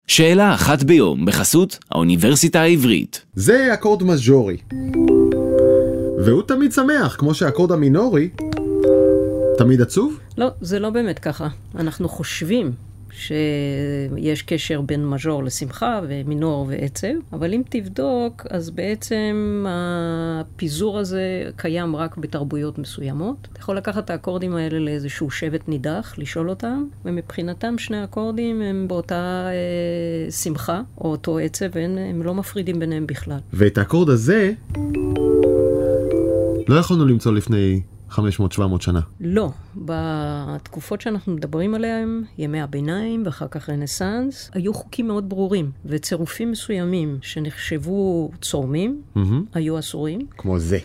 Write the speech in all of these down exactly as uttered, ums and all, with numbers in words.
שאלה אחת ביום בחסות האוניברסיטה העברית. זה אקורד מז'ורי. והוא תמיד שמח, כמו שהאקורד המינורי תמיד עצוב? לא, זה לא באמת ככה. אנחנו חושבים שיש קשר בין מז'ור לשמחה ומינור ועצב, אבל אם תבדוק, אז בעצם הפיזור הזה קיים רק בתרבויות מסוימות. אתה יכול לקחת את האקורדים האלה לאיזשהו שבט נידח, לשאול אותם, ומבחינתם שני האקורדים הם באותה אה, שמחה, או אותו עצב, והם הם לא מפרידים ביניהם בכלל. ואת האקורד הזה לא יכולנו למצוא לפני חמש מאות שבע מאות שנה. לא. בתקופות שאנחנו מדברים עליהם, ימי הביניים ואחר כך רנסנס, היו חוקים מאוד ברורים, וצירופים מסוימים שנחשבו צורמים, mm-hmm. היו אסורים. כמו זה.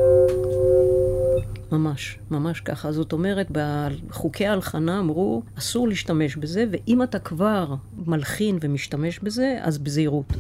ממש, ממש ככה. זאת אומרת, בחוקי ההלחנה אמרו, אסור להשתמש בזה, ואם אתה כבר מלחין ומשתמש בזה, אז בזהירות.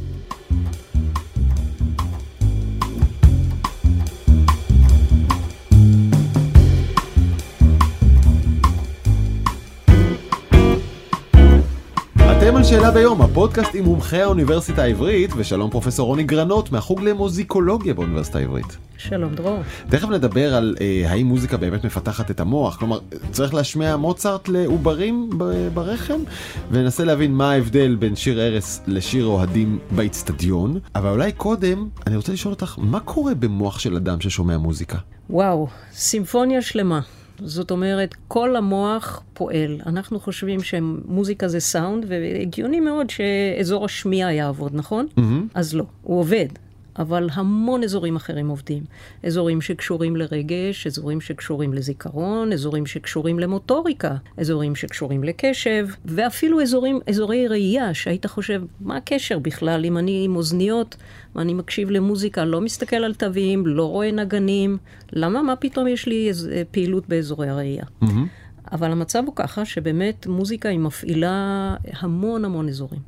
אתם על שאלה ביום, הפודקאסט עם מומחי האוניברסיטה העברית, ושלום פרופסור רוני גרנות מהחוג למוזיקולוגיה באוניברסיטה העברית. שלום דרור. תכף נדבר על אה, האם מוזיקה באמת מפתחת את המוח, כלומר צריך להשמיע מוצרט לעוברים ברחם, וננסה להבין מה ההבדל בין שיר ערש לשיר אוהדים באצטדיון. אבל אולי קודם אני רוצה לשאול אותך, מה קורה במוח של אדם ששומע מוזיקה? וואו, סימפוניה שלמה. זאת אומרת, כל המוח פועל. אנחנו חושבים שמוזיקה זה סאונד, והגיוני מאוד שאזור השמיעה יעבוד, נכון? Mm-hmm. אז לא, הוא עובד. אבל המון אזורים אחרים עובדים. אזורים שקשורים לרגש, אזורים שקשורים לזיכרון, אזורים שקשורים למוטוריקה, אזורים שקשורים לקשב, ואפילו אזורים, אזורי ראייה, שהיית חושב, מה הקשר בכלל אם אני עם אוזניות, ואני מקשיב למוזיקה, לא מסתכל על תווים, לא רואה נגנים, למה, מה פתאום יש לי פעילות באזורי הראייה? Mm-hmm. אבל המצב הוא ככה שבאמת מוזיקה היא מפעילה המון המון אזורים.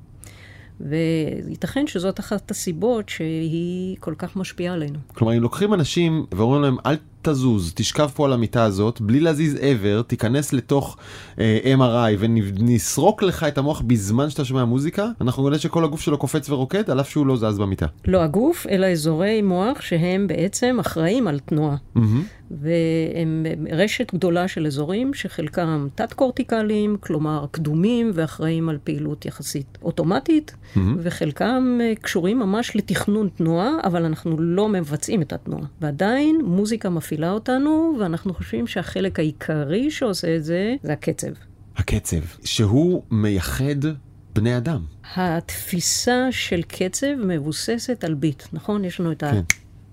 וייתכן שזאת אחת הסיבות שהיא כל כך משפיעה עלינו. כלומר, אם לוקחים אנשים ואומרים להם, אל תזוז, תשכב פה על המיטה הזאת, בלי להזיז עבר, תיכנס לתוך אה, אם אר איי ונסרוק לך את המוח בזמן שאתה שומע מוזיקה, אנחנו נראה שכל הגוף שלו קופץ ורוקד, על אף שהוא לא זז במיטה. לא הגוף, אלא אזורי מוח שהם בעצם אחראים על תנועה. Mm-hmm. והם רשת גדולה של אזורים שחלקם תת-קורטיקליים, כלומר קדומים ואחראים על פעילות יחסית אוטומטית, mm-hmm. וחלקם קשורים ממש לתכנון תנועה, אבל אנחנו לא מבצעים את התנועה. ועדיין מוזיקה מפעילה אותנו, ואנחנו חושבים שהחלק העיקרי שעושה את זה, זה הקצב. הקצב, שהוא מייחד בני אדם. התפיסה של קצב מבוססת על ביט, נכון? יש לנו את ה... כן.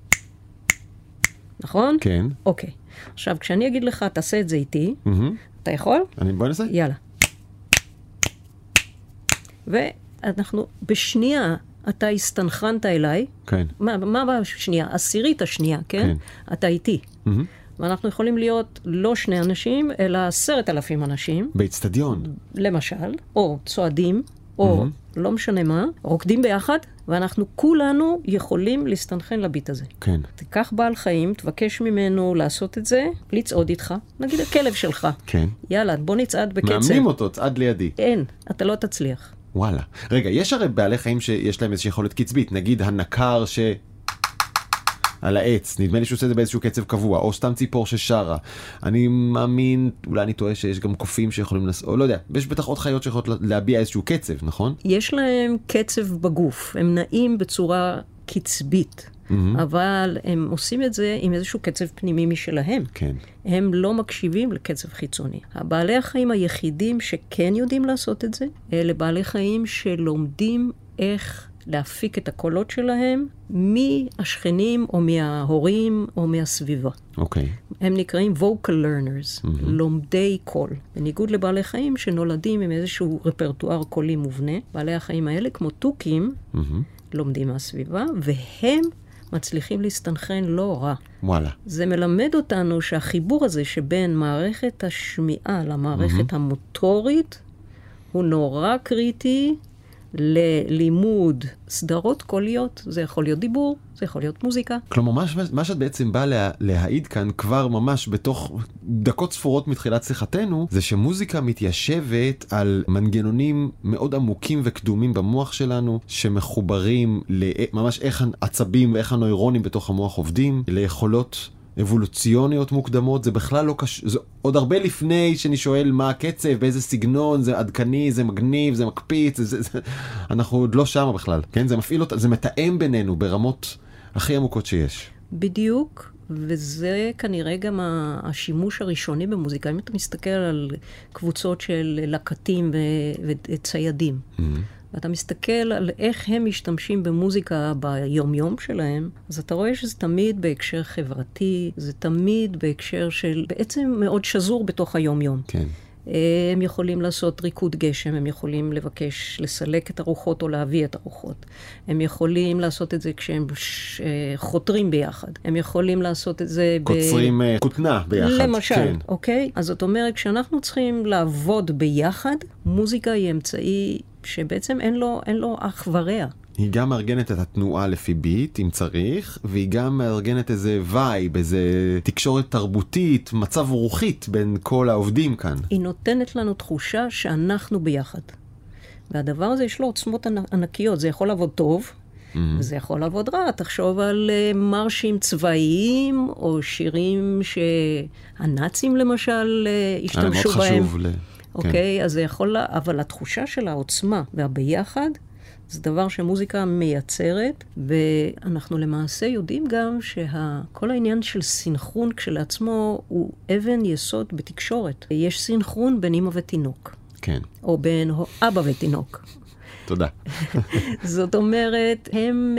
נכון? כן. אוקיי. עכשיו, כשאני אגיד לך, תעשה את זה איתי, mm-hmm. אתה יכול? אני בוא נעשה. יאללה. ואנחנו, בשנייה, אתה הסתנחרנת אליי. כן. מה, מה בשנייה? עשירית השנייה, כן? כן. אתה איתי. Mm-hmm. ואנחנו יכולים להיות לא שני אנשים, אלא עשרת אלפים אנשים. באצטדיון. למשל, או צועדים, או mm-hmm. לא משנה מה, רוקדים ביחד, ואנחנו כולנו יכולים להסתנכן לביט הזה. כן. תיקח בעל חיים, תבקש ממנו לעשות את זה, לצעוד איתך, נגיד הכלב שלך. כן. יאללה, בוא נצעד בקצב. מאמנים אותו, צעד לידי. אין, אתה לא תצליח. וואלה. רגע, יש הרי בעלי חיים שיש להם איזושהי יכולת קצבית, נגיד הנקר ש... על העץ, נדמה לי שהוא עושה את זה באיזשהו קצב קבוע, או סתם ציפור ששרה. אני מאמין, אולי אני טועה שיש גם קופים שיכולים, לס... או לא יודע, יש בטח עוד חיות שיכולות להביע איזשהו קצב, נכון? יש להם קצב בגוף, הם נעים בצורה קצבית, mm-hmm. אבל הם עושים את זה עם איזשהו קצב פנימי משלהם. כן. הם לא מקשיבים לקצב חיצוני. הבעלי החיים היחידים שכן יודעים לעשות את זה, אלה בעלי חיים שלומדים איך להפיק את הקולות שלהם מהשכנים או מההורים או מהסביבה. אוקיי. Okay. הם נקראים vocal learners, mm-hmm. לומדי קול. בניגוד לבעלי חיים שנולדים עם איזשהו רפרטואר קולי מובנה, בעלי החיים האלה כמו טוקים, mm-hmm. לומדים מהסביבה, והם מצליחים להסתנכרן לא רע. וואלה. זה מלמד אותנו שהחיבור הזה שבין מערכת השמיעה למערכת mm-hmm. המוטורית הוא נורא קריטי ללימוד סדרות קוליות, זה יכול להיות דיבור, זה יכול להיות מוזיקה. כלומר, מה, מה שאת בעצם באה לה, להעיד כאן כבר ממש בתוך דקות ספורות מתחילת שיחתנו, זה שמוזיקה מתיישבת על מנגנונים מאוד עמוקים וקדומים במוח שלנו, שמחוברים לממש איך העצבים ואיך הנוירונים בתוך המוח עובדים, ליכולות אבולוציוניות מוקדמות. זה בכלל לא קשור, זה עוד הרבה לפני שאני שואל מה הקצב, באיזה סגנון, זה עדכני, זה מגניב, זה מקפיץ, זה, זה, אנחנו עוד לא שם בכלל, כן? זה מפעיל אותה, זה מתאם בינינו ברמות הכי עמוקות שיש. בדיוק, וזה כנראה גם השימוש הראשוני במוזיקה. אם אתה מסתכל על קבוצות של לקטים וציידים, mm-hmm. ואתה מסתכל על איך הם משתמשים במוזיקה ביום-יום שלהם, אז אתה רואה שזה תמיד בהקשר חברתי, זה תמיד בהקשר של בעצם מאוד שזור בתוך היום-יום. כן. הם יכולים לעשות ריקוד גשם, הם יכולים לבקש לסלק את הרוחות או להביא את הרוחות. הם יכולים לעשות את זה כשהם חותרים ביחד. הם יכולים לעשות את זה... קוצרים ב... כותנה ביחד. למשל, כן. אוקיי? אז זאת אומרת, כשאנחנו צריכים לעבוד ביחד, מוזיקה היא אמצעי שבעצם אין לו, אין לו אח ורע. היא גם מארגנת את התנועה לפי ביט, אם צריך, והיא גם מארגנת איזה וייב, איזה תקשורת תרבותית, מצב רוחית בין כל העובדים כאן. היא נותנת לנו תחושה שאנחנו ביחד. והדבר הזה יש לו עוצמות ענקיות. זה יכול לעבוד טוב, mm-hmm. וזה יכול לעבוד רע. תחשוב על uh, מרשים צבאיים, או שירים שהנאצים למשל uh, השתמשו בהם. מאוד חשוב ל... אוקיי, okay, אז זה יכול... אבל התחושה של העוצמה והביחד, זה דבר שמוזיקה מייצרת, ואנחנו למעשה יודעים גם שכל העניין של סינכרון כשלעצמו הוא אבן יסוד בתקשורת. יש סינכרון בין אמא ותינוק. כן. או בין אבא ותינוק. תודה. זאת אומרת, הם,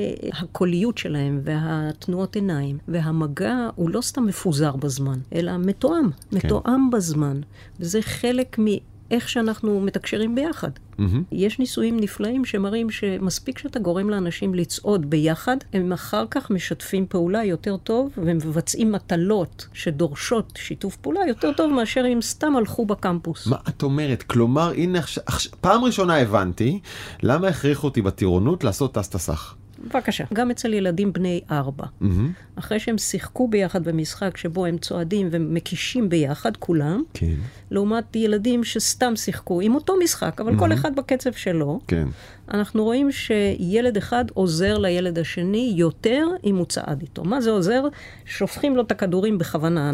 הקוליות שלהם והתנועות עיניים והמגע הוא לא סתם מפוזר בזמן, אלא מתואם, מתואם בזמן. וזה חלק מאיך שאנחנו מתקשרים ביחד. יש ניסויים נפלאים שמראים שמספיק שאתה גורם לאנשים לצעוד ביחד, הם אחר כך משתפים פעולה יותר טוב, ומבצעים מטלות שדורשות שיתוף פעולה יותר טוב מאשר אם סתם הלכו בקמפוס. מה את אומרת? כלומר, הנה, פעם ראשונה הבנתי למה הכריחו אותי בטירונות לעשות טס תסך. בבקשה. גם אצל ילדים בני ארבע. Mm-hmm. אחרי שהם שיחקו ביחד במשחק שבו הם צועדים ומקישים ביחד, כולם, כן. לעומת ילדים שסתם שיחקו עם אותו משחק, אבל mm-hmm. כל אחד בקצב שלו, כן. אנחנו רואים שילד אחד עוזר לילד השני יותר אם הוא צעד איתו. מה זה עוזר? שופכים לו את הכדורים בכוונה,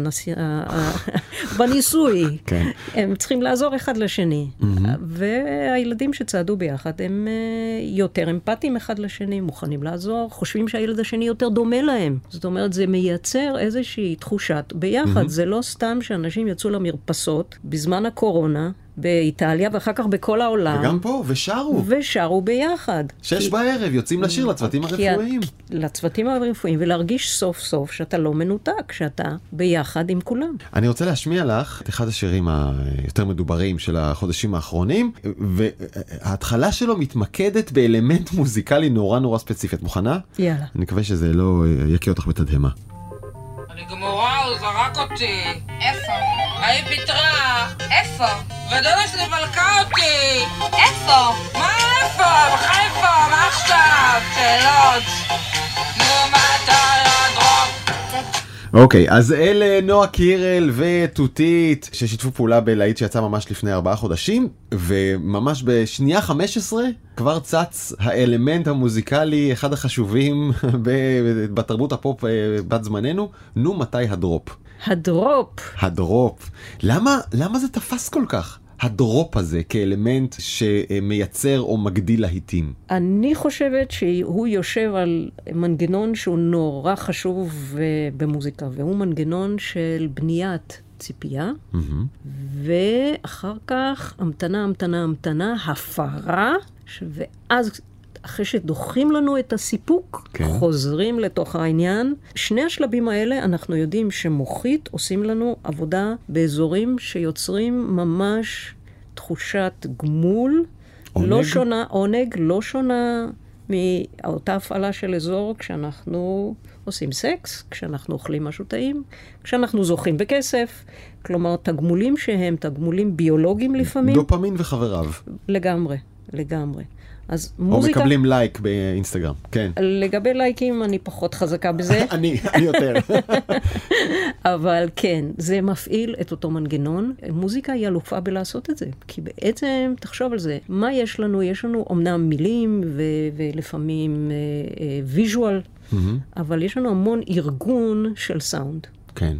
בניסוי. כן. הם צריכים לעזור אחד לשני. Mm-hmm. והילדים שצעדו ביחד הם יותר אמפתיים אחד לשני, מוכנים לעזור, חושבים שהילד השני יותר דומה להם. זאת אומרת, זה מייצר איזושהי תחושת ביחד. Mm-hmm. זה לא סתם שאנשים יצאו למרפסות בזמן הקורונה, באיטליה, ואחר כך בכל העולם. וגם פה, ושרו. ושרו ביחד. שש כי... בערב, יוצאים לשיר לצוותים הרפואיים. לצוותים הרפואיים, ולהרגיש סוף סוף שאתה לא מנותק, שאתה ביחד עם כולם. אני רוצה להשמיע לך את אחד השירים היותר מדוברים של החודשים האחרונים, וההתחלה שלו מתמקדת באלמנט מוזיקלי נורא נורא ספציפי. את מוכנה? יאללה. אני מקווה שזה לא יקיא אותך בתדהמה. אני גמורה, הוא זרק אותי. איפה? היא פיתרה. איפה? ודודה שלי מלכה אותי. איפה? מה איפה? בחיפה, מה עכשיו? שאלות. נו, מה אתה ידרוק? אוקיי, אז אלה נועה קירל ותותית ששיתפו פעולה בלהיט שיצא ממש לפני ארבעה חודשים, וממש בשנייה חמש עשרה כבר צץ האלמנט המוזיקלי, אחד החשובים בתרבות הפופ בת זמננו. נו, מתי הדרופ? הדרופ. הדרופ. למה, למה זה תפס כל כך? הדרופ הזה כאלמנט שמייצר או מגדיל להיטים. אני חושבת שהוא יושב על מנגנון שהוא נורא חשוב במוזיקה, והוא מנגנון של בניית ציפייה, mm-hmm. ואחר כך המתנה, המתנה, המתנה, הפרה, ואז אחרי שדוחים לנו את הסיפוק, כן. חוזרים לתוך העניין. שני השלבים האלה אנחנו יודעים שמוחית עושים לנו עבודה באזורים שיוצרים ממש תחושת גמול, עונג? לא שונה, עונג, לא שונה מאותה הפעלה של אזור כשאנחנו עושים סקס, כשאנחנו אוכלים משהו טעים, כשאנחנו זוכים בכסף, כלומר תגמולים שהם תגמולים ביולוגיים לפעמים. דופמין וחבריו. לגמרי, לגמרי. אז או מוזיקה... מקבלים לייק באינסטגרם, כן. לגבי לייקים אני פחות חזקה בזה. אני, אני יותר. אבל כן, זה מפעיל את אותו מנגנון. מוזיקה היא אלופה בלעשות את זה. כי בעצם, תחשוב על זה, מה יש לנו? יש לנו אומנם מילים ו- ולפעמים ויז'ואל, uh, uh, אבל יש לנו המון ארגון של סאונד. כן.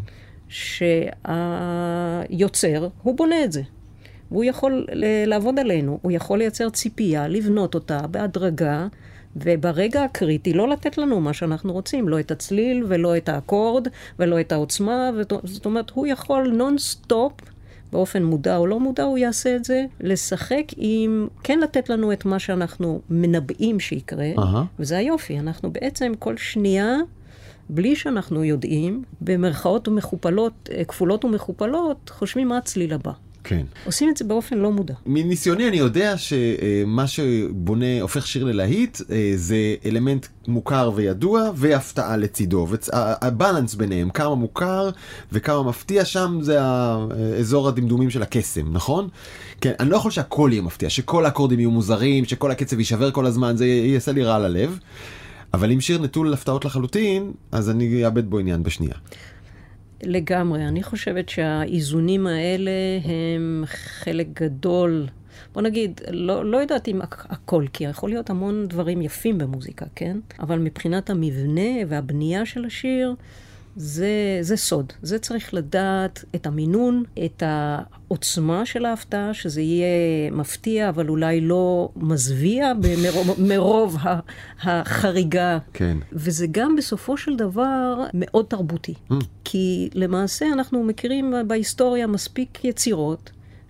שהיוצר, הוא בונה את זה. והוא יכול לעבוד עלינו, הוא יכול לייצר ציפייה, לבנות אותה בהדרגה, וברגע הקריטי לא לתת לנו מה שאנחנו רוצים, לא את הצליל ולא את האקורד ולא את העוצמה, זאת אומרת, הוא יכול נון-סטופ, באופן מודע או לא מודע, הוא יעשה את זה, לשחק עם, כן לתת לנו את מה שאנחנו מנבאים שיקרה, uh-huh. וזה היופי, אנחנו בעצם כל שנייה, בלי שאנחנו יודעים, במרכאות ומכופלות, כפולות ומכופלות, חושבים מה הצליל הבא. כן. עושים את זה באופן לא מודע. מניסיוני אני יודע שמה שבונה, הופך שיר ללהיט, זה אלמנט מוכר וידוע, והפתעה לצידו. והבלנס ביניהם, כמה מוכר וכמה מפתיע, שם זה האזור הדמדומים של הקסם, נכון? כן, אני לא יכול שהכל יהיה מפתיע, שכל האקורדים יהיו מוזרים, שכל הקצב יישבר כל הזמן, זה יעשה לי רע ללב. אבל אם שיר נטול להפתעות לחלוטין, אז אני אאבד בו עניין בשנייה. לגמרי. אני חושבת שהאיזונים האלה הם חלק גדול. בוא נגיד, לא, לא יודעת אם הכל, כי יכול להיות המון דברים יפים במוזיקה, כן? אבל מבחינת המבנה והבנייה של השיר, זה, זה סוד. זה צריך לדעת את המינון, את העוצמה של ההפתעה, שזה יהיה מפתיע, אבל אולי לא מזוויע מרוב, מרוב החריגה. כן. וזה גם בסופו של דבר מאוד תרבותי. Mm. כי למעשה אנחנו מכירים בהיסטוריה מספיק יצירות,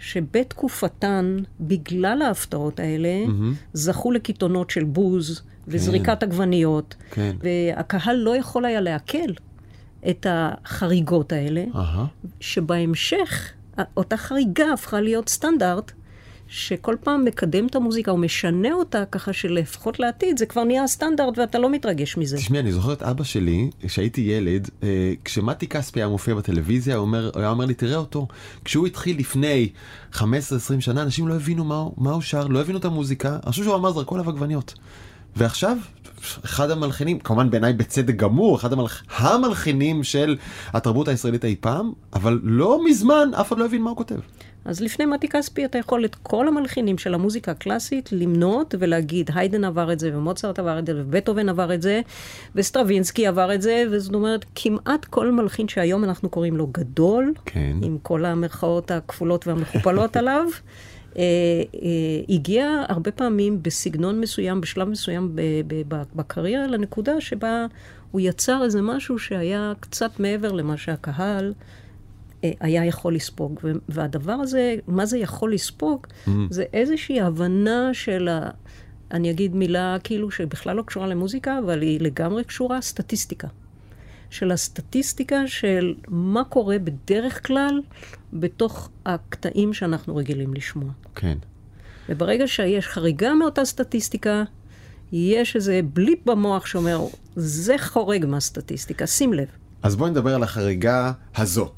שבתקופתן, בגלל ההפתעות האלה, mm-hmm. זכו לקיתונות של בוז, וזריקת כן. עגבניות, כן. והקהל לא יכול היה להקל. את החריגות האלה, uh-huh. שבהמשך, אותה חריגה הפכה להיות סטנדרט, שכל פעם מקדם את המוזיקה, או משנה אותה ככה שלפחות לעתיד, זה כבר נהיה סטנדרט ואתה לא מתרגש מזה. תשמע, אני זוכר את אבא שלי, כשהייתי ילד, כשמתי כספי היה מופיע בטלוויזיה, הוא היה אומר לי, תראה אותו, כשהוא התחיל לפני חמש עשרה עשרים שנה, אנשים לא הבינו מה, מה הוא שר, לא הבינו את המוזיקה, אני חושב שהוא אמר זרקו עליו עגבניות. ועכשיו, אחד המלחינים, כמובן בעיניי בצדק גמור, אחד המלח... המלחינים של התרבות הישראלית אי פעם, אבל לא מזמן, אף אחד לא הבין מה הוא כותב. אז לפני מתי כספי אתה יכול את כל המלחינים של המוזיקה הקלאסית למנות ולהגיד, היידן עבר את זה, ומוצרט עבר את זה, ובטהובן עבר את זה, וסטרווינסקי עבר את זה, וזאת אומרת, כמעט כל מלחין שהיום אנחנו קוראים לו גדול, כן. עם כל המרכאות הכפולות והמכופלות עליו, Uh, uh, הגיע הרבה פעמים בסגנון מסוים, בשלב מסוים בקריירה, לנקודה שבה הוא יצר איזה משהו שהיה קצת מעבר למה שהקהל uh, היה יכול לספוג. והדבר הזה, מה זה יכול לספוג? Mm. זה איזושהי הבנה של, ה, אני אגיד מילה כאילו שבכלל לא קשורה למוזיקה, אבל היא לגמרי קשורה, סטטיסטיקה. של הסטטיסטיקה של מה קורה בדרך כלל בתוך הקטעים שאנחנו רגילים לשמוע. כן. וברגע שיש חריגה מאותה סטטיסטיקה, יש איזה בליפ במוח שאומר, זה חורג מהסטטיסטיקה, שים לב. אז בואי נדבר על החריגה הזאת.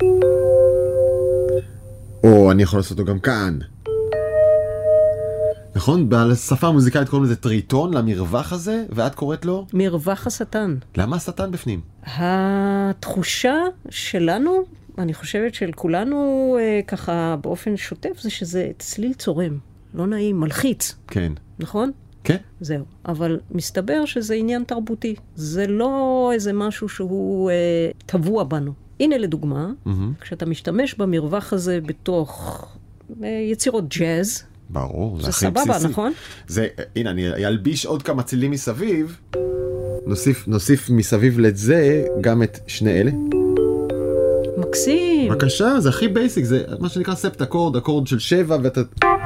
או אני יכול לעשות אותו גם כאן. נכון? בשפה המוזיקלית קוראים לזה טריטון, למרווח הזה, ואת קוראת לו? מרווח השטן. למה השטן בפנים? התחושה שלנו, אני חושבת של כולנו אה, ככה באופן שוטף, זה שזה צליל צורם, לא נעים, מלחיץ. כן. נכון? כן. זהו. אבל מסתבר שזה עניין תרבותי. זה לא איזה משהו שהוא אה, טבוע בנו. הנה לדוגמה, mm-hmm. כשאתה משתמש במרווח הזה בתוך אה, יצירות ג'אז, ברור, זה, זה סבבה, בסיסי. נכון? זה, הנה, אני אלביש עוד כמה צילים מסביב. נוסיף, נוסיף מסביב לזה גם את שני אלה. מקסים. בבקשה, זה הכי בייסיק, זה מה שנקרא ספט אקורד, אקורד של שבע, ואתה...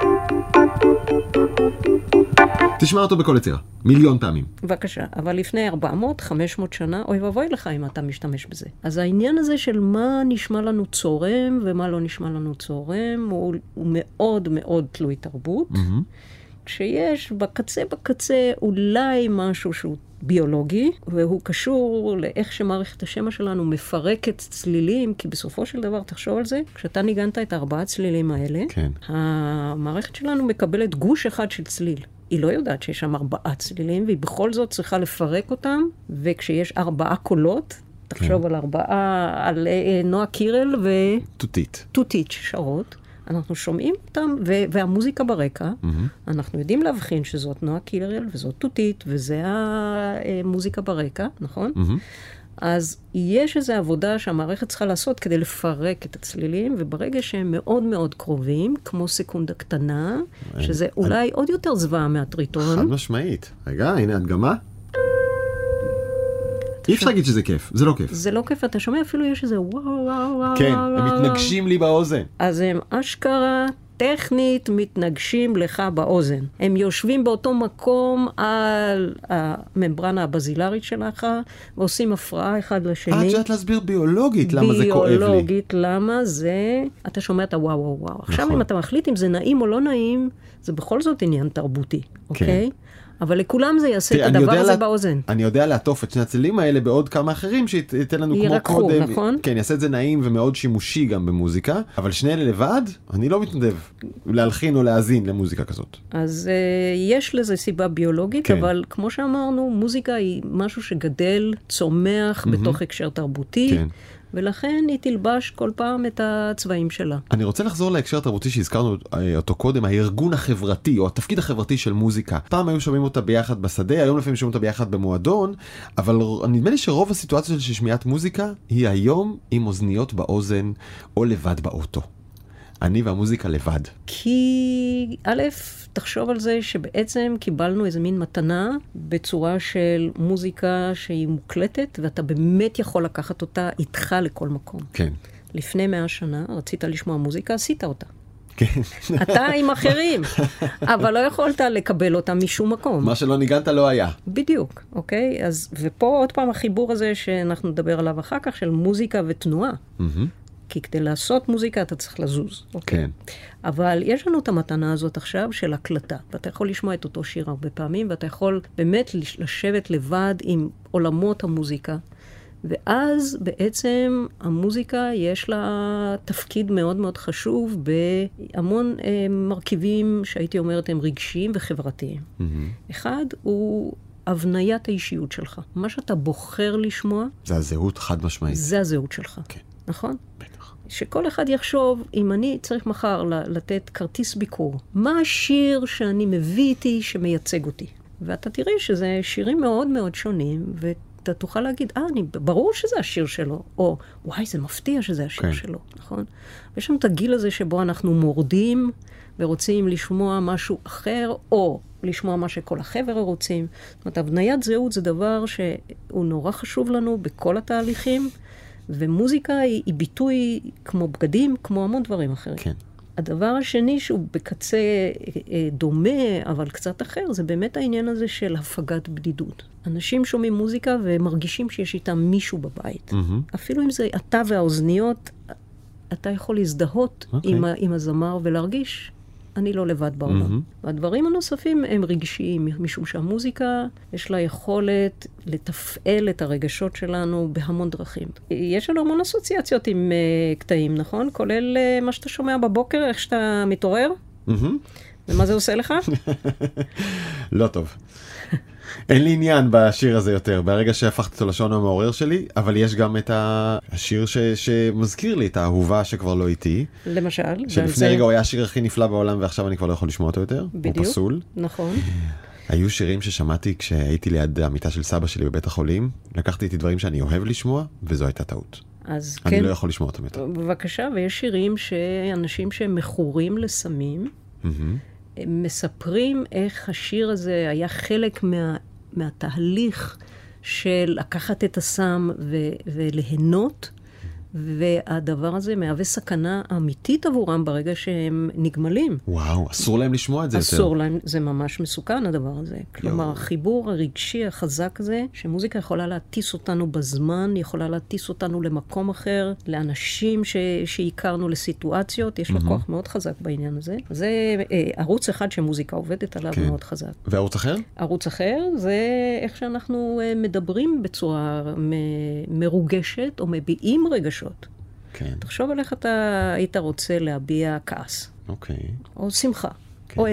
תשמע אותו בכל יצירה, מיליון פעמים. בבקשה, אבל לפני ארבע מאות, חמש מאות שנה, אוי ואבוי לך אם אתה משתמש בזה. אז העניין הזה של מה נשמע לנו צורם ומה לא נשמע לנו צורם, הוא, הוא מאוד מאוד תלוי תרבות. Mm-hmm. כשיש בקצה בקצה אולי משהו שהוא ביולוגי, והוא קשור לאיך שמערכת השמע שלנו מפרקת צלילים, כי בסופו של דבר, תחשוב על זה, כשאתה ניגנת את הארבעה צלילים האלה, כן. המערכת שלנו מקבלת גוש אחד של צליל. היא לא יודעת שיש שם ארבעה צלילים, והיא בכל זאת צריכה לפרק אותם, וכשיש ארבעה קולות, תחשוב כן. על ארבעה, על נועה קירל ו... תותית. תותית ששרות. אנחנו שומעים אותם, ו- והמוזיקה ברקע, mm-hmm. אנחנו יודעים להבחין שזאת נועה קירל, וזאת תותית, וזה המוזיקה ברקע, נכון? Mm-hmm. אז יש איזו עבודה שהמערכת צריכה לעשות כדי לפרק את הצלילים, וברגע שהם מאוד מאוד קרובים, כמו סקונדה קטנה, שזה אולי אני... עוד יותר זוועה מהטריטון. חד משמעית. רגע, הנה הדגמה. אי אפשר להגיד שזה כיף, זה לא כיף. זה לא כיף, אתה שומע אפילו יש איזה וואו וואו וואו. כן, הם מתנגשים לי באוזן. אז הם אשכרה טכנית מתנגשים לך באוזן. הם יושבים באותו מקום על הממברנה הבזילרית שלך, ועושים הפרעה אחד לשני. אה, את יודעת להסביר ביולוגית למה זה כואב לי. ביולוגית, למה זה... אתה שומע את הוואו וואו וואו. עכשיו אם אתה מחליט אם זה נעים או לא נעים, זה בכל זאת עניין תרבותי, אוקיי? אבל לכולם זה יעשה את הדבר הזה באוזן. אני יודע לעטוף את שני הצלילים האלה בעוד כמה אחרים שייתן לנו כמו ירקחו, קודם. נכון? כן, יעשה את זה נעים ומאוד שימושי גם במוזיקה, אבל שני אלה לבד, אני לא מתנדב להלחין או להאזין למוזיקה כזאת. אז uh, יש לזה סיבה ביולוגית, כן. אבל כמו שאמרנו, מוזיקה היא משהו שגדל, צומח mm-hmm. בתוך הקשר תרבותי. כן. ולכן היא תלבש כל פעם את הצבעים שלה. אני רוצה לחזור להקשר התרבותי שהזכרנו אותו קודם, הארגון החברתי או התפקיד החברתי של מוזיקה. פעם היו שומעים אותה ביחד בשדה, היום לפעמים שומעים אותה ביחד במועדון, אבל נדמה לי שרוב הסיטואציה של שמיעת מוזיקה היא היום עם אוזניות באוזן או לבד באוטו. אני והמוזיקה לבד. כי א', תחשוב על זה שבעצם קיבלנו איזה מין מתנה בצורה של מוזיקה שהיא מוקלטת, ואתה באמת יכול לקחת אותה איתך לכל מקום. כן. לפני מאה שנה רצית לשמוע מוזיקה, עשית אותה. כן. אתה עם אחרים, אבל לא יכולת לקבל אותה משום מקום. מה שלא ניגנת לא היה. בדיוק, אוקיי? אז, ופה עוד פעם החיבור הזה שאנחנו נדבר עליו אחר כך, של מוזיקה ותנועה. Mm-hmm. כי כדי לעשות מוזיקה אתה צריך לזוז. אוקיי? כן. אבל יש לנו את המתנה הזאת עכשיו של הקלטה, ואתה יכול לשמוע את אותו שיר הרבה פעמים, ואתה יכול באמת לשבת לבד עם עולמות המוזיקה, ואז בעצם המוזיקה יש לה תפקיד מאוד מאוד חשוב בהמון אה, מרכיבים שהייתי אומרת הם רגשיים וחברתיים. Mm-hmm. אחד הוא הבניית האישיות שלך. מה שאתה בוחר לשמוע... זה הזהות חד משמעית. זה הזהות שלך. כן. נכון? בטח. שכל אחד יחשוב, אם אני צריך מחר לתת כרטיס ביקור, מה השיר שאני מביא איתי שמייצג אותי? ואתה תראי שזה שירים מאוד מאוד שונים, ואתה תוכל להגיד, אה, אני, ברור שזה השיר שלו, או וואי, זה מפתיע שזה השיר כן. שלו, נכון? ויש שם את הגיל הזה שבו אנחנו מורדים, ורוצים לשמוע משהו אחר, או לשמוע מה שכל החבר'ה רוצים. זאת אומרת, הבניית זהות זה דבר שהוא נורא חשוב לנו בכל התהליכים, ומוזיקה היא, היא ביטוי כמו בגדים, כמו המון דברים אחרים. כן. הדבר השני שהוא בקצה דומה, אבל קצת אחר, זה באמת העניין הזה של הפגת בדידות. אנשים שומעים מוזיקה ומרגישים שיש איתם מישהו בבית. Mm-hmm. אפילו אם זה אתה והאוזניות, אתה יכול להזדהות okay. עם, עם הזמר ולהרגיש, אני לא לבד בעולם. Mm-hmm. והדברים הנוספים הם רגשיים, משום שהמוזיקה יש לה יכולת לתפעל את הרגשות שלנו בהמון דרכים. יש לנו המון אסוציאציות עם uh, קטעים, נכון? כולל uh, מה שאתה שומע בבוקר, איך שאתה מתעורר. Mm-hmm. ומה זה עושה לך? לא טוב. אין לי עניין בשיר הזה יותר, ברגע שהפכתי אותו לשעון המעורר שלי, אבל יש גם את השיר ש... שמזכיר לי את האהובה שכבר לא איתי. למשל. שלפני זה... רגע הוא היה השיר הכי נפלא בעולם, ועכשיו אני כבר לא יכול לשמוע אותו יותר. בדיוק. הוא פסול. נכון. היו שירים ששמעתי כשהייתי ליד המיטה של סבא שלי בבית החולים, לקחתי איתי דברים שאני אוהב לשמוע, וזו הייתה טעות. אז אני כן. לא יכול לשמוע אותם יותר. בבקשה, ויש שירים שאנשים שמכורים לסמים, mm-hmm. מספרים איך השיר הזה היה חלק מה, מהתהליך של לקחת את הסם ו, וליהנות, והדבר הזה מהווה סכנה אמיתית עבורם ברגע שהם נגמלים. וואו, אסור להם לשמוע את זה יותר. אסור להם, זה ממש מסוכן הדבר הזה. כלומר, החיבור הרגשי החזק הזה, שמוזיקה יכולה להטיס אותנו בזמן, יכולה להטיס אותנו למקום אחר, לאנשים ש... שהכרנו לסיטואציות, יש לה כוח מאוד חזק בעניין הזה. זה אה, ערוץ אחד שמוזיקה עובדת עליו כן. מאוד חזק. וערוץ אחר? ערוץ אחר זה איך שאנחנו אה, מדברים בצורה מ... מרוגשת, או מביעים רגשות. כן. תחשוב על איך אתה היית רוצה להביע כעס. אוקיי. או שמחה, כן. או עצב.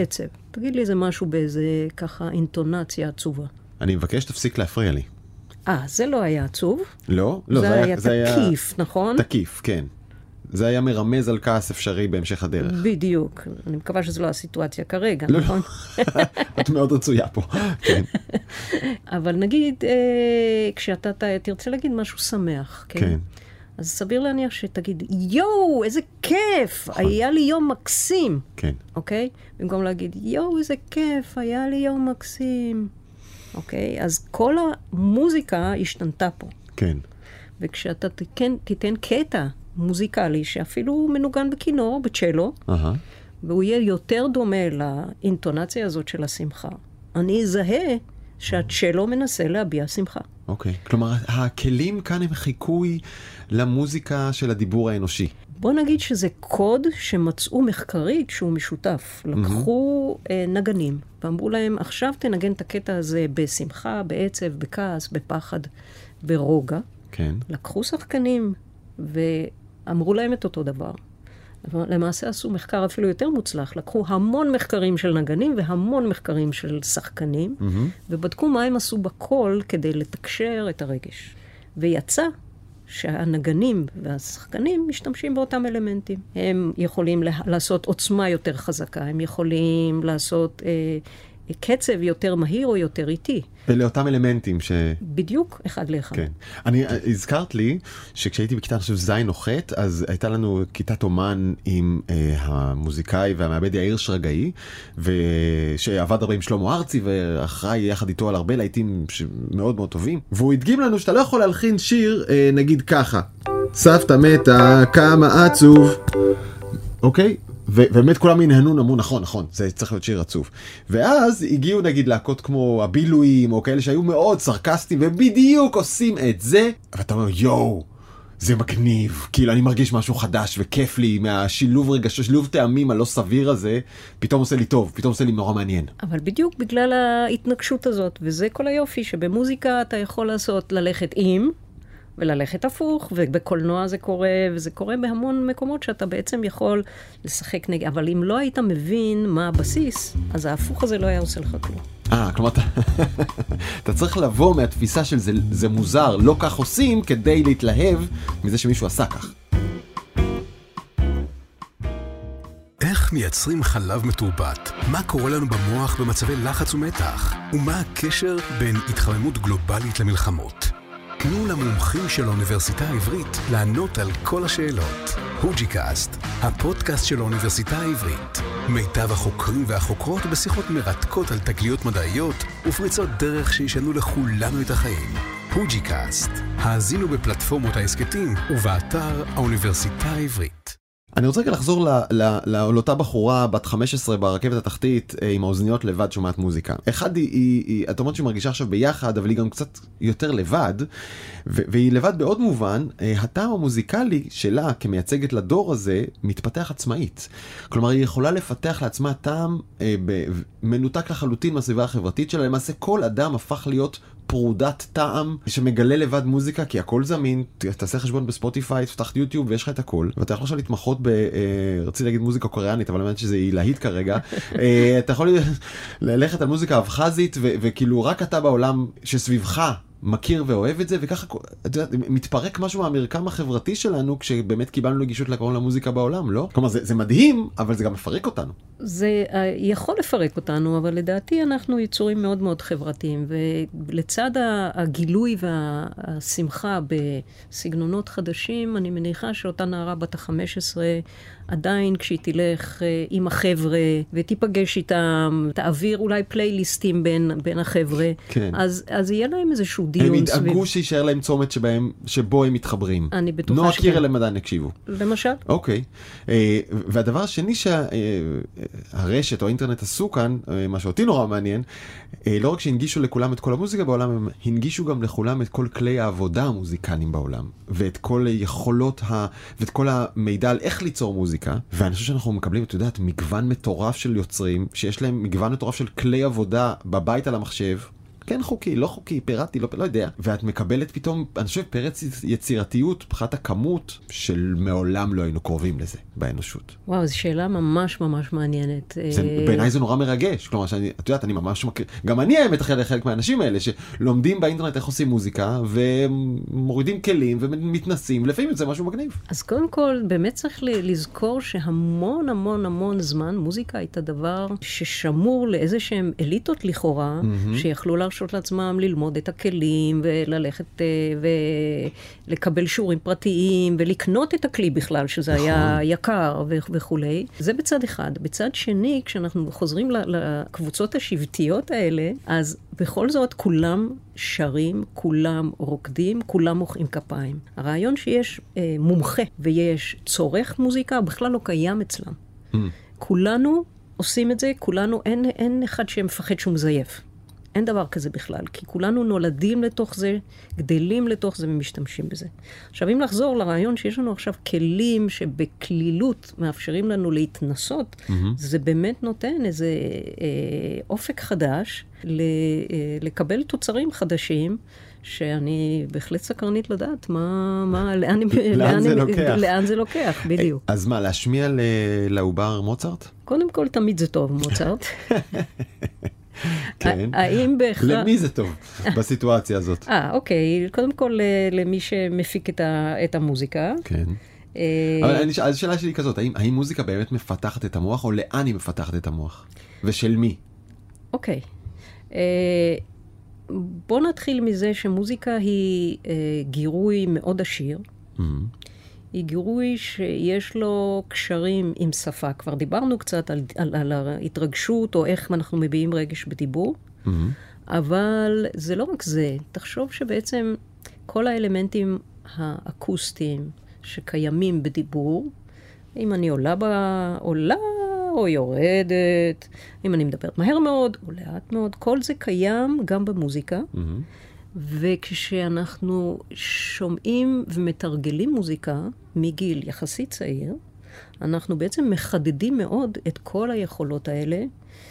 תגיד לי איזה משהו באיזה ככה אינטונציה עצובה. אני מבקש תפסיק להפריע לי. אה, זה לא היה עצוב? לא? לא, זה, זה היה זה תקיף, היה... נכון? תקיף, כן. זה היה מרמז על כעס אפשרי בהמשך הדרך. בדיוק. אני מקווה שזו לא הסיטואציה כרגע, לא, נכון? את מאוד רצויה פה. כן. אבל נגיד, אה, כשאתה ת, תרצה להגיד משהו שמח, כן? כן. אז סביר להניח שתגיד, יואו, איזה כיף, היה לי יום מקסים. כן. אוקיי? במקום להגיד, יואו, איזה כיף, היה לי יום מקסים. אוקיי? אז כל המוזיקה השתנתה פה. כן. וכשאתה תיתן, תיתן קטע מוזיקלי, שאפילו מנוגן בכינור, בצ'לו, Uh-huh. והוא יהיה יותר דומה לאינטונציה הזאת של השמחה, אני אזהה שהצ'לו מנסה להביע שמחה. אוקיי. כלומר, הכלים כאן הם חיקוי למוזיקה של הדיבור האנושי. בוא נגיד שזה קוד שמצאו מחקרית שהוא משותף. לקחו mm-hmm. אה, נגנים, ואמרו להם, עכשיו תנגן את הקטע הזה בשמחה, בעצב, בכעס, בפחד, ברוגע. כן. לקחו שחקנים ואמרו להם את אותו דבר. למעשה עשו מחקר אפילו יותר מוצלח. לקחו המון מחקרים של נגנים והמון מחקרים של שחקנים, mm-hmm. ובדקו מה הם עשו בקול כדי לתקשר את הרגש. ויצא שהנגנים והשחקנים משתמשים באותם אלמנטים. הם יכולים לעשות עוצמה יותר חזקה, הם יכולים לעשות אה, קצב יותר מהיר או יותר איטי. אלה אותם אלמנטים ש... בדיוק, אחד לאחד. כן. אני, הזכרת לי שכשהייתי בכיתה, אני חושב, זין או חטא, אז הייתה לנו כיתת אומן עם אה, המוזיקאי והמעבד יאיר שרגאי, שעבד הרבה עם שלמה ארצי, ואחראי יחד איתו על הרבה להיטים מאוד מאוד טובים. והוא הדגים לנו שאתה לא יכול להלחין שיר, אה, נגיד ככה. סבתא מתה, כמה עצוב. אוקיי? ובאמת כולם ינהנו, אמרו, נכון, נכון, זה צריך להיות שיר עצוב. ואז הגיעו נגיד להקות כמו הבילויים, או כאלה שהיו מאוד סרקסטיים, ובדיוק עושים את זה, ואתה אומר, יואו, זה מגניב, כאילו אני מרגיש משהו חדש וכיף לי, מהשילוב רגש, שילוב טעמים הלא סביר הזה, פתאום עושה לי טוב, פתאום עושה לי נורא מעניין. אבל בדיוק בגלל ההתנגשות הזאת, וזה כל היופי, שבמוזיקה אתה יכול לעשות ללכת עם, וללכת הפוך, ובקולנוע זה קורה, וזה קורה בהמון מקומות שאתה בעצם יכול לשחק נגד, אבל אם לא היית מבין מה הבסיס, אז ההפוך הזה לא היה עושה לך כלום. אה, כלומר, אתה, אתה צריך לבוא מהתפיסה של זה, זה מוזר, לא כך עושים, כדי להתלהב מזה שמישהו עשה כך. איך מייצרים חלב מתורבת? מה קורה לנו במוח במצבי לחץ ומתח? ומה הקשר בין התחממות גלובלית למלחמות? תנו למומחים של האוניברסיטה העברית לענות על כל השאלות. הוג'יקאסט, הפודקאסט של האוניברסיטה העברית. מיטב החוקרים והחוקרות בשיחות מרתקות על תגליות מדעיות ופריצות דרך שישנו לכולנו את החיים. הוג'יקאסט, האזינו בפלטפורמות העסקתים ובאתר האוניברסיטה העברית. אני רוצה רגע לחזור לאותה בחורה בת חמש עשרה ברכבת התחתית עם האוזניות לבד שומעת מוזיקה. אחד היא, היא, היא את אומרת שהיא מרגישה עכשיו ביחד, אבל היא גם קצת יותר לבד, והיא לבד בעוד מובן, הטעם המוזיקלי שלה כמייצגת לדור הזה מתפתח עצמאית. כלומר, היא יכולה לפתח לעצמה טעם מנותק לחלוטין מהסביבה החברתית שלה. למעשה כל אדם הפך להיות פרודת טעם שמגלה לבד מוזיקה, כי הכל זמין, תעשה חשבון בספוטיפיי, תפתח יוטיוב ויש לך את הכל, ואתה יכול עכשיו להתמחות ב... רציתי להגיד מוזיקה קוריאנית, אבל אני שזה להיט כרגע. אתה יכול ללכת על מוזיקה אבחזית, וכאילו רק אתה בעולם שסביבך מכיר ואוהב את זה, וככה את יודעת, מתפרק משהו מהמרקם החברתי שלנו, כשבאמת קיבלנו נגישות לקרוא למוזיקה בעולם, לא? כלומר, זה, זה מדהים, אבל זה גם מפרק אותנו. זה יכול לפרק אותנו, אבל לדעתי אנחנו יצורים מאוד מאוד חברתיים, ולצד הגילוי והשמחה בסגנונות חדשים, אני מניחה שאותה נערה בת ה-חמש עשרה, עדיין כשהיא תלך עם החבר'ה, ותיפגש איתם, תעביר אולי פלייליסטים בין, בין החבר'ה, כן. אז, אז יהיה להם איזשהו דיון סביב. הם ידאגו שישאר להם צומת שבהם, שבו הם מתחברים. אני בטוחה נועה קירל הם עדיין הקשיבו. למשל? אוקיי. והדבר השני שהרשת או האינטרנט עשו כאן, מה שאותי נורא מעניין, לא רק שהנגישו לכולם את כל המוזיקה בעולם, הם הנגישו גם לכולם את כל כלי העבודה המוזיקליים בעולם, ואת כל יכולות, ה... ואת כל המידע על איך ליצור מוזיקה, ואני חושב שאנחנו מקבלים, את יודעת, מגוון מטורף של יוצרים, שיש להם מגוון מטורף של כלי עבודה בבית על המחשב, כן חוקי, לא חוקי, פיראטי, לא, לא יודע. ואת מקבלת פתאום, אני חושב, פרץ יצירתיות, פחת הכמות של מעולם לא היינו קרובים לזה באנושות. וואו, זו שאלה ממש ממש מעניינת. זה, בעיניי זה נורא מרגש. כלומר, שאני, את יודעת, אני ממש מכיר, גם אני האמת אחרי חלק מהאנשים האלה, שלומדים באינטרנט איך עושים מוזיקה, ומורידים כלים ומתנסים, לפעמים זה משהו מגניב. אז קודם כל, באמת צריך לזכור שהמון המון המון זמן, מוזיקה הייתה דבר ששמור לאיזה שהם אליטות לכאורה, mm-hmm. שיכלו להרשות לעצמם ללמוד את הכלים, וללכת ולקבל שיעורים פרטיים, ולקנות את הכלי בכלל, שזה נכון. היה יקר וכו'. זה בצד אחד. בצד שני, כשאנחנו חוזרים לקבוצות השבטיות האלה, אז בכל זאת כולם שרים, כולם רוקדים, כולם מוחאים כפיים. הרעיון שיש אה, מומחה ויש צורך מוזיקה, הוא בכלל לא קיים אצלם. Mm. כולנו עושים את זה, כולנו, אין, אין אחד שמפחד שהוא מזייף. אין דבר כזה בכלל, כי כולנו נולדים לתוך זה, גדלים לתוך זה ומשתמשים בזה. עכשיו, אם לחזור לרעיון שיש לנו עכשיו כלים שבכלילות מאפשרים לנו להתנסות, mm-hmm. זה באמת נותן איזה אה, אופק חדש, ל, אה, לקבל תוצרים חדשים, שאני בהחלט סקרנית לדעת מה, מה, לאן, לאן, לאן, זה לוקח. לאן זה לוקח, בדיוק. אז מה, להשמיע לעובר מוצרט? קודם כל, תמיד זה טוב, מוצרט. כן. האם בהכרח... למי זה טוב בסיטואציה הזאת? אה, אוקיי. קודם כל, למי שמפיק את, ה, את המוזיקה. כן. אבל השאלה שלי היא כזאת, האם, האם מוזיקה באמת מפתחת את המוח, או לאן היא מפתחת את המוח? ושל מי? אוקיי. בוא נתחיל מזה שמוזיקה היא גירוי מאוד עשיר. Mm-hmm. היא גירוי שיש לו קשרים עם שפה. כבר דיברנו קצת על, על, על ההתרגשות, או איך אנחנו מביעים רגש בדיבור, mm-hmm. אבל זה לא רק זה. תחשוב שבעצם כל האלמנטים האקוסטיים שקיימים בדיבור, אם אני עולה בעולה או יורדת, אם אני מדברת מהר מאוד או לאט מאוד, כל זה קיים גם במוזיקה. Mm-hmm. וכשאנחנו שומעים ומתרגלים מוזיקה מגיל יחסית צעיר, אנחנו בעצם מחדדים מאוד את כל היכולות האלה,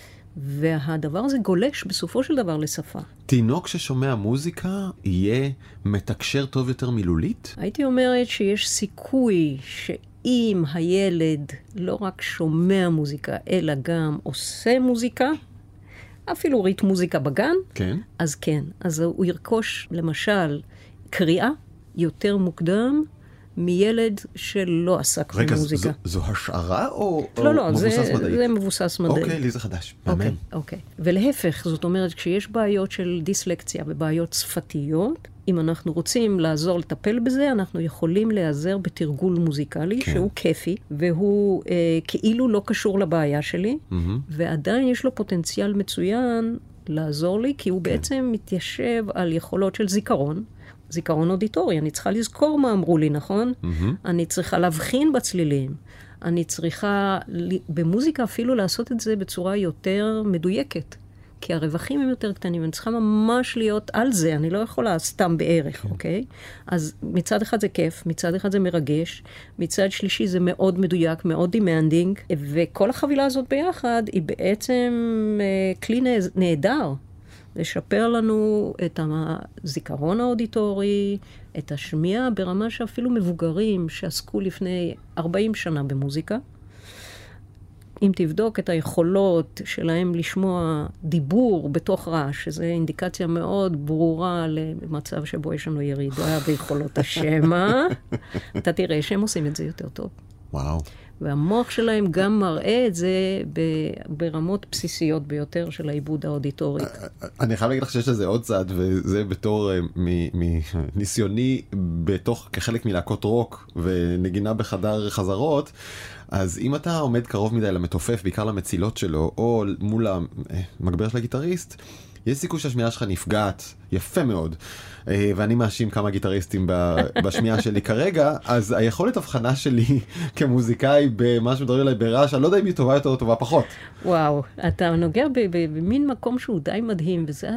והדבר הזה גולש בסופו של דבר לשפה. תינוק ששומע מוזיקה יהיה מתקשר טוב יותר מילולית? הייתי אומרת שיש סיכוי שאם הילד לא רק שומע מוזיקה, אלא גם עושה מוזיקה, אפילו ריתם מוזיקה בגן, כן. אז כן. אז הוא ירכוש, למשל, קריאה יותר מוקדם מילד שלא עסק רגע, במוזיקה. רגע, זו, זו השערה או, לא, או לא, מבוסס זה, מדעית? זה מבוסס מדעית. אוקיי, לי זה חדש. מאמן. אוקיי, אוקיי. ולהפך, זאת אומרת, כשיש בעיות של דיסלקציה ובעיות שפתיות, אם אנחנו רוצים לעזור לטפל בזה, אנחנו יכולים להיעזר בתרגול מוזיקלי, כן. שהוא כיפי, והוא אה, כאילו לא קשור לבעיה שלי, mm-hmm. ועדיין יש לו פוטנציאל מצוין לעזור לי, כי הוא כן. בעצם מתיישב על יכולות של זיכרון, זיכרון אודיטורי. אני צריכה לזכור מה אמרו לי, נכון? Mm-hmm. אני צריכה להבחין בצלילים. אני צריכה, במוזיקה אפילו לעשות את זה בצורה יותר מדויקת. כי הרווחים הם יותר קטנים, אני צריכה ממש להיות על זה, אני לא יכולה סתם בערך, אוקיי? אז מצד אחד זה כיף, מצד אחד זה מרגש, מצד שלישי זה מאוד מדויק, מאוד demanding, וכל החבילה הזאת ביחד היא בעצם אה, כלי נהדר, לשפר לנו את הזיכרון האודיטורי, את השמיעה ברמה שאפילו מבוגרים שעסקו לפני ארבעים שנה במוזיקה, אם תבדוק את היכולות שלהם לשמוע דיבור בתוך רעש, שזו אינדיקציה מאוד ברורה למצב שבו יש לנו ירידה ביכולות השמע, אתה תראה שהם עושים את זה יותר טוב. וואו. והמוח שלהם גם מראה את זה ברמות בסיסיות ביותר של העיבוד האודיטורי. אני חייב להגיד לך שיש לזה עוד צד, וזה בתור מניסיוני בתוך כחלק מלהקות רוק ונגינה בחדר חזרות, אז אם אתה עומד קרוב מדי למתופף, בעיקר למצילות שלו, או מול המגבר של הגיטריסט, יש סיכוי שהשמיעה שלך נפגעת יפה מאוד, ואני מאשים כמה גיטריסטים בשמיעה שלי כרגע, אז היכולת הבחנה שלי כמוזיקאי במה שמדברים עליי ברעש, אני לא יודע אם היא טובה יותר או טובה פחות. וואו, אתה נוגע במין מקום שהוא די מדהים, וזה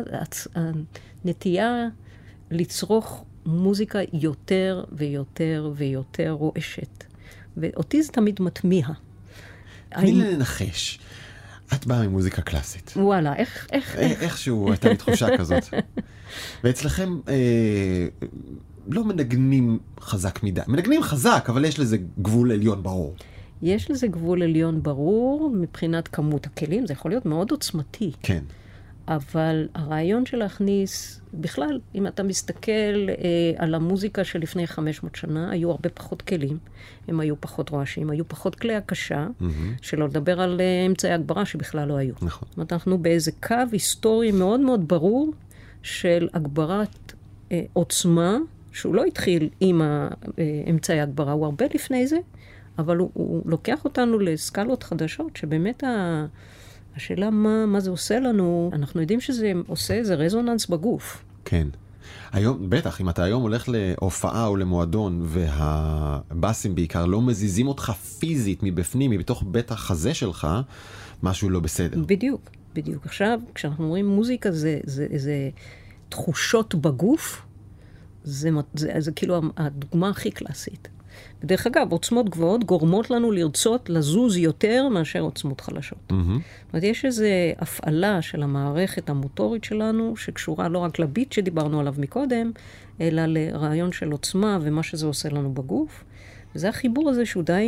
הנטייה לצרוך מוזיקה יותר ויותר ויותר רועשת. ואותי זה תמיד מתמיע. תני לי לנחש. את באה ממוזיקה קלאסית. וואלה, איך, איך, איך? איכשהו הייתה לי תחושה כזאת. ואצלכם אה, לא מנגנים חזק מדי. מנגנים חזק, אבל יש לזה גבול עליון ברור. יש לזה גבול עליון ברור, מבחינת כמות הכלים, זה יכול להיות מאוד עוצמתי. כן. אבל הרעיון של להכניס, בכלל, אם אתה מסתכל אה, על המוזיקה של לפני חמש מאות שנה, היו הרבה פחות כלים, הם היו פחות רועשים, היו פחות כלי הקשה, mm-hmm. שלא לדבר על אה, אמצעי הגברה שבכלל לא היו. נכון. זאת אומרת, אנחנו באיזה קו היסטורי מאוד מאוד ברור של הגברת אה, עוצמה, שהוא לא התחיל עם אמצעי הגברה, הוא הרבה לפני זה, אבל הוא, הוא לוקח אותנו לסקלות חדשות, שבאמת ה... השאלה מה, מה זה עושה לנו, אנחנו יודעים שזה עושה איזה רזוננס בגוף. כן. היום, בטח, אם אתה היום הולך להופעה או למועדון, והבאסים בעיקר לא מזיזים אותך פיזית מבפנים, מבתוך בית החזה שלך, משהו לא בסדר. בדיוק, בדיוק. עכשיו, כשאנחנו אומרים מוזיקה זה, זה, זה תחושות בגוף, זה, זה, זה כאילו הדוגמה הכי קלאסית. בדרך אגב, עוצמות גבוהות גורמות לנו לרצות לזוז יותר מאשר עוצמות חלשות. Mm-hmm. זאת אומרת, יש איזו הפעלה של המערכת המוטורית שלנו, שקשורה לא רק לביט שדיברנו עליו מקודם, אלא לרעיון של עוצמה ומה שזה עושה לנו בגוף. וזה החיבור הזה שהוא די,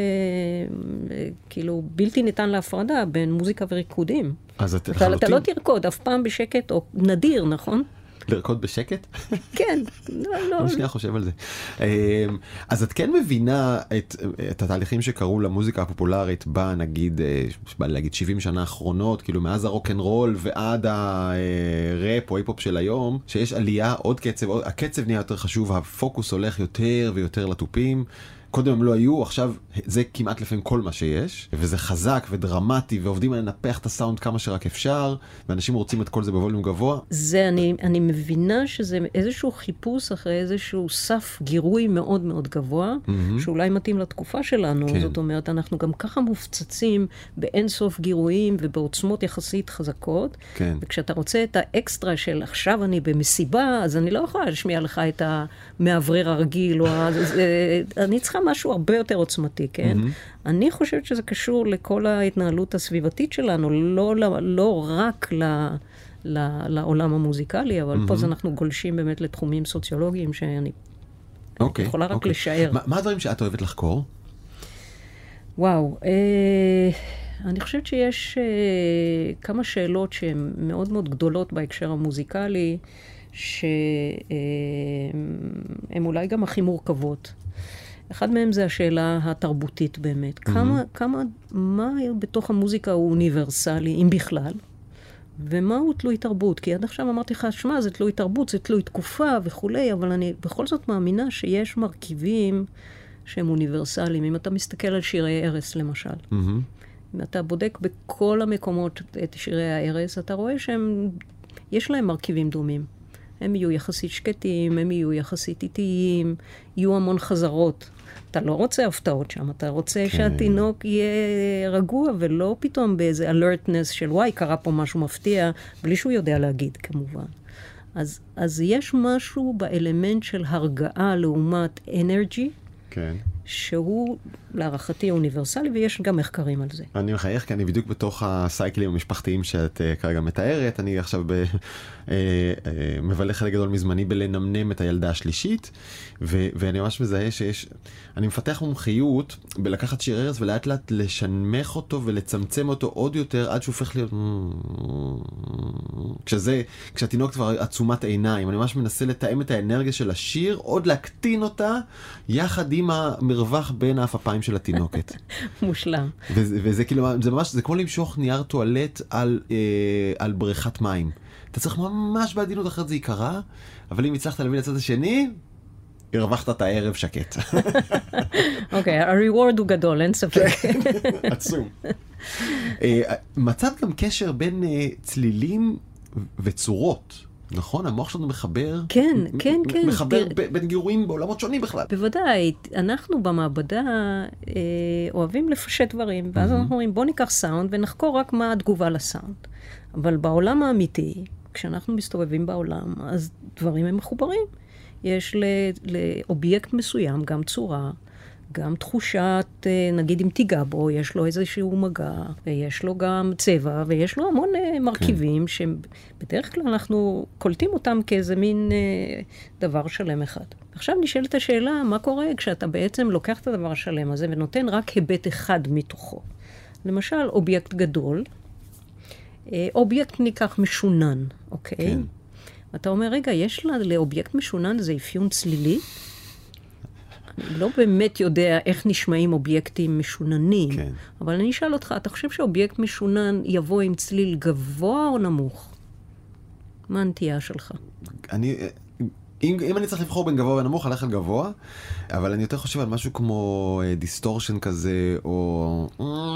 אה, אה, כאילו, בלתי ניתן להפרדה בין מוזיקה וריקודים. אז את אתה, אתה לא תרקוד אף פעם בשקט, או נדיר, נכון? לרקוד בשקט? כן, לא, לא. אני שנייה חושב על זה. אז את כן מבינה את, את התהליכים שקרו למוזיקה הפופולרית בה, נגיד, בא להגיד שבעים שנה האחרונות, כאילו מאז הרוק-אנד-רול ועד הראפ או היפ-הופ של היום, שיש עלייה, עוד קצב, עוד, הקצב נהיה יותר חשוב, הפוקוס הולך יותר ויותר לטופים. קודם הם לא היו, עכשיו זה כמעט לפעמים כל מה שיש, וזה חזק ודרמטי, ועובדים על לנפח את הסאונד כמה שרק אפשר, ואנשים רוצים את כל זה בווליום גבוה. זה, אני, אני מבינה שזה איזשהו חיפוש אחרי איזשהו סף גירוי מאוד מאוד גבוה, mm-hmm. שאולי מתאים לתקופה שלנו. כן. זאת אומרת, אנחנו גם ככה מופצצים באין סוף גירויים ובעוצמות יחסית חזקות, כן. וכשאתה רוצה את האקסטרה של עכשיו אני במסיבה, אז אני לא יכולה לשמיע לך את המעברר הרגיל, או אני צריכה משהו הרבה יותר עוצמתי, כן? Mm-hmm. אני חושבת שזה קשור לכל ההתנהלות הסביבתית שלנו, לא, לא, לא רק ל, ל, לעולם המוזיקלי, אבל mm-hmm. פה זה אנחנו גולשים באמת לתחומים סוציולוגיים שאני okay, יכולה רק okay. לשער. מה, מה הדברים שאת אוהבת לחקור? וואו, אה, אני חושבת שיש אה, כמה שאלות שהן מאוד מאוד גדולות בהקשר המוזיקלי, שהן אה, אולי גם הכי מורכבות. אחד מהם זה השאלה התרבותית באמת. Mm-hmm. כמה, כמה, מה בתוך המוזיקה הוא אוניברסלי, אם בכלל, ומה הוא תלוי תרבות? כי עד עכשיו אמרתי לך, שמה, זה תלוי תרבות, זה תלוי תקופה וכולי, אבל אני בכל זאת מאמינה שיש מרכיבים שהם אוניברסליים. אם אתה מסתכל על שירי ערש, למשל. Mm-hmm. אם אתה בודק בכל המקומות את שירי הערש, אתה רואה שהם, יש להם מרכיבים דומים. הם יהיו יחסית שקטים, הם יהיו יחסית איטיים, יהיו המון חזרות. אתה לא רוצה הפתעות שם, אתה רוצה כן. שהתינוק יהיה רגוע, ולא פתאום באיזה alertness של וואי, קרה פה משהו מפתיע, בלי שהוא יודע להגיד כמובן. אז, אז יש משהו באלמנט של הרגעה לעומת energy, כן. שהוא להערכתי אוניברסלי, ויש גם מחקרים על זה. אני מחייך, כי אני בדיוק בתוך הסייקלים המשפחתיים שאת uh, כרגע מתארת. אני עכשיו ב, uh, uh, מבלה חלק גדול מזמני בלנמנם את הילדה השלישית, ו, ואני ממש מזהה שיש, אני מפתח מומחיות בלקחת שיר ערש ולאט לאט לשנמך אותו ולצמצם אותו עוד יותר, עד שהוא הופך להיות... כשזה, כשהתינוק כבר עצומת עיניים, אני ממש מנסה לתאם את האנרגיה של השיר, עוד להקטין אותה, יחד עם המרווח בין האף הפיים של התינוקת. מושלם. וזה, וזה כאילו, זה ממש, זה כמו למשוך נייר טואלט על, אה, על בריכת מים. אתה צריך ממש בעדינות, אחרת זה יקרה, אבל אם הצלחת להביא לצד השני, הרווחת את הערב שקט. אוקיי, ה-reward הוא גדול, אין ספק. עצום. מצאת גם קשר בין צלילים וצורות. נכון, המוח שלנו מחבר, כן, כן, כן. מחבר בין גירויים בעולמות שונים בכלל. בוודאי, אנחנו במעבדה אה, אוהבים לפשט דברים, ואז אנחנו אומרים, בוא ניקח סאונד ונחקור רק מה התגובה לסאונד. אבל בעולם האמיתי, כשאנחנו מסתובבים בעולם, אז דברים הם מחוברים. יש לאובייקט מסוים גם צורה, גם תחושת, נגיד אם תיגע בו, יש לו איזשהו מגע, ויש לו גם צבע, ויש לו המון מרכיבים, שבדרך כלל אנחנו קולטים אותם כאיזה מין דבר שלם אחד. עכשיו נשאלת השאלה, מה קורה כשאתה בעצם לוקח את הדבר השלם הזה, ונותן רק היבט אחד מתוכו. למשל, אובייקט גדול, אובייקט ניקח משונן, אוקיי? כן. אתה אומר, רגע, יש לה, לאובייקט משונן זה אפיון צלילי? אני לא באמת יודע איך נשמעים אובייקטים משוננים, כן. אבל אני אשאל אותך, אתה חושב שאובייקט משונן יבוא עם צליל גבוה או נמוך? מה הנטייה שלך? אני... אם, אם אני צריך לבחור בין גבוה ונמוך, הלך על גבוה, אבל אני יותר חושב על משהו כמו דיסטורשן כזה, או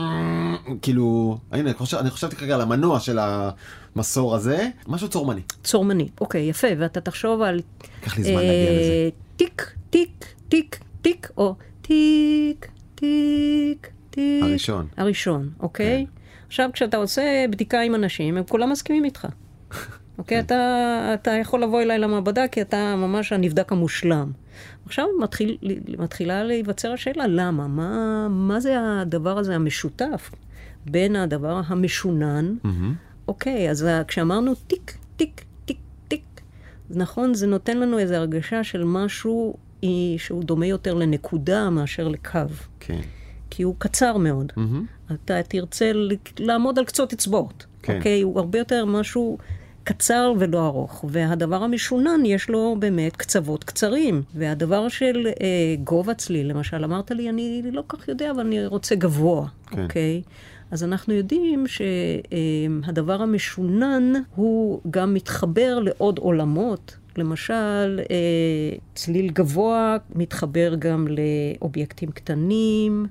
כאילו, הנה, אני, חושב, אני חושבתי כרגע על המנוע של המסור הזה, משהו צורמני. צורמני, אוקיי, יפה, ואתה תחשוב על... קח לי זמן אה, להגיע לזה. טיק, טיק, טיק, טיק, או טיק, טיק, טיק. הראשון. הראשון, אוקיי? כן. עכשיו, כשאתה עושה בדיקה עם אנשים, הם כולם מסכימים איתך. אוקיי, אתה, אתה יכול לבוא אליי למעבדה, כי אתה ממש הנבדק המושלם. עכשיו מתחיל, מתחילה להיווצר השאלה, למה? מה, מה זה הדבר הזה המשותף בין הדבר המשונן? Mm-hmm. אוקיי, אז כשאמרנו טיק, טיק, טיק, טיק, נכון, זה נותן לנו איזו הרגשה של משהו שהוא דומה יותר לנקודה מאשר לקו. כן. כי הוא קצר מאוד. Mm-hmm. אתה תרצה לעמוד על קצות אצבעות. כן. אוקיי, הוא הרבה יותר משהו... קצר ולא ארוך, והדבר המשונן יש לו באמת קצוות קצרים, והדבר של אה, גובה צליל, למשל, אמרת לי, אני לא כך יודע, אבל אני רוצה גבוה, כן. אוקיי? אז אנחנו יודעים שהדבר המשונן הוא גם מתחבר לעוד עולמות, למשל, אה, צליל גבוה מתחבר גם לאובייקטים קטנים,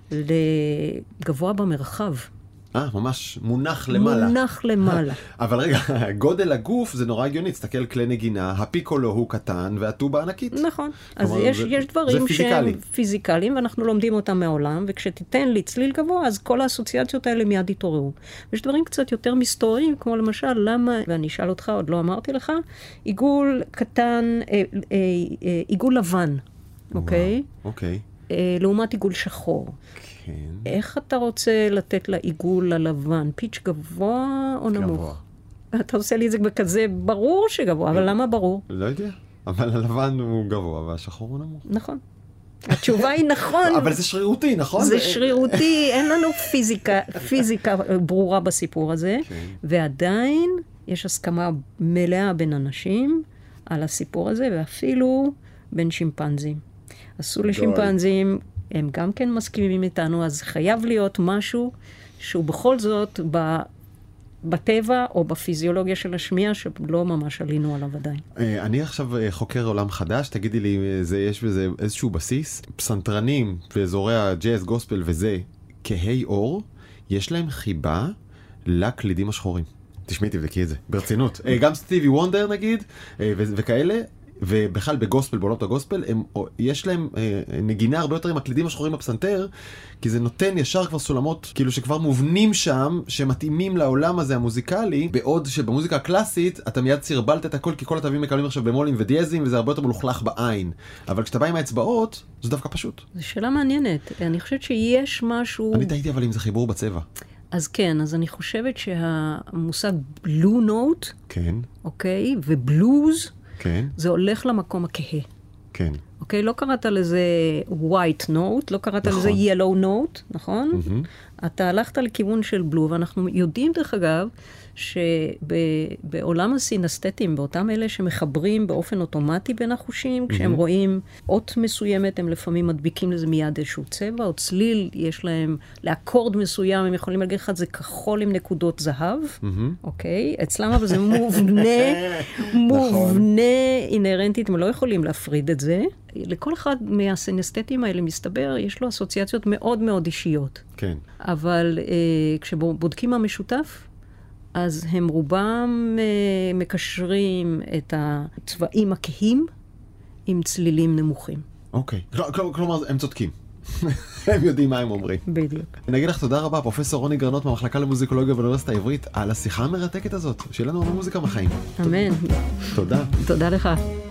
לגבוה במרחב. אה, ממש מונח למעלה. מונח למעלה. אבל רגע, גודל הגוף זה נורא הגיוני, תסתכל כלי נגינה, הפיקולו הוא קטן והטובה ענקית. נכון. אז יש, זה, יש דברים שהם פיזיקליים, ואנחנו לומדים אותם מהעולם, וכשתיתן לי צליל גבוה, אז כל האסוציאציות האלה מיד יתעוררו. יש דברים קצת יותר מסתוריים, כמו למשל, למה, ואני אשאל אותך, עוד לא אמרתי לך, עיגול קטן, אה, אה, אה, עיגול לבן, אוקיי? אוקיי. אה, לעומת עיגול שחור. כן. איך אתה רוצה לתת לעיגול הלבן? פיץ' גבוה או נמוך? גבוה. אתה עושה לי את זה בכזה, ברור שגבוה, אבל למה ברור? לא יודע, אבל הלבן הוא גבוה והשחור הוא נמוך. נכון. התשובה היא נכון. אבל זה שרירותי, נכון? זה שרירותי, אין לנו פיזיקה, פיזיקה ברורה בסיפור הזה, ועדיין יש הסכמה מלאה בין אנשים על הסיפור הזה, ואפילו בין שימפנזים. עשו לשימפנזים, הם גם כן מסכימים איתנו, אז חייב להיות משהו שהוא בכל זאת בטבע או בפיזיולוגיה של השמיעה, שלא ממש עלינו עליו עדיין. אני עכשיו חוקר עולם חדש, תגידי לי, יש בזה איזשהו בסיס? פסנתרנים ואזורי הג'אז, גוספל וזה, כהי אור, יש להם חיבה לקלידים השחורים. תשמעי, תבדקי את זה, ברצינות. גם סטיבי וונדר נגיד, וכאלה, ובכלל בגוספל, בעולמות הגוספל, הם, יש להם אה, נגינה הרבה יותר עם הקלידים השחורים בפסנתר, כי זה נותן ישר כבר סולמות, כאילו שכבר מובנים שם, שמתאימים לעולם הזה המוזיקלי, בעוד שבמוזיקה הקלאסית, אתה מיד סרבלת את הכל, כי כל התווים מקבלים עכשיו במולים ודיאזים, וזה הרבה יותר מלוכלך בעין. אבל כשאתה בא עם האצבעות, זה דווקא פשוט. זו שאלה מעניינת. אני חושבת שיש משהו... אני תהיתי אבל אם זה חיבור בצבע. אז כן, אז אני חושבת שהמושג בלו נוט, כן. אוקיי, ובלוז, כן. זה הולך למקום הכהה. כן. אוקיי? לא קראת לזה white note, לא קראת נכון. לזה yellow note, נכון? Mm-hmm. אתה הלכת לכיוון של בלו, ואנחנו יודעים דרך אגב, שבעולם הסינסתטים, באותם אלה שמחברים באופן אוטומטי בין החושים, mm-hmm. כשהם רואים אות מסוימת, הם לפעמים מדביקים לזה מיד איזשהו צבע, או צליל, יש להם, לאקורד מסוים, הם יכולים להגיד לך, זה כחול עם נקודות זהב, mm-hmm. אוקיי? אצלם אבל זה מובנה, מובנה אינרנטית, הם לא יכולים להפריד את זה. לכל אחד מהסינסתטים האלה מסתבר, יש לו אסוציאציות מאוד מאוד אישיות. כן. אבל אה, כשבודקים המשותף, אז הם רובם אה, מקשרים את הצבעים הכהים עם צלילים נמוכים. אוקיי. כל, כלומר, הם צודקים. הם יודעים מה הם אומרים. בדיוק. נגיד לך תודה רבה, פרופסור רוני גרנות מהמחלקה למוזיקולוגיה באוניברסיטה העברית, על השיחה המרתקת הזאת. שיהיה לנו מוזיקה בחיים. אמן. תודה. תודה לך.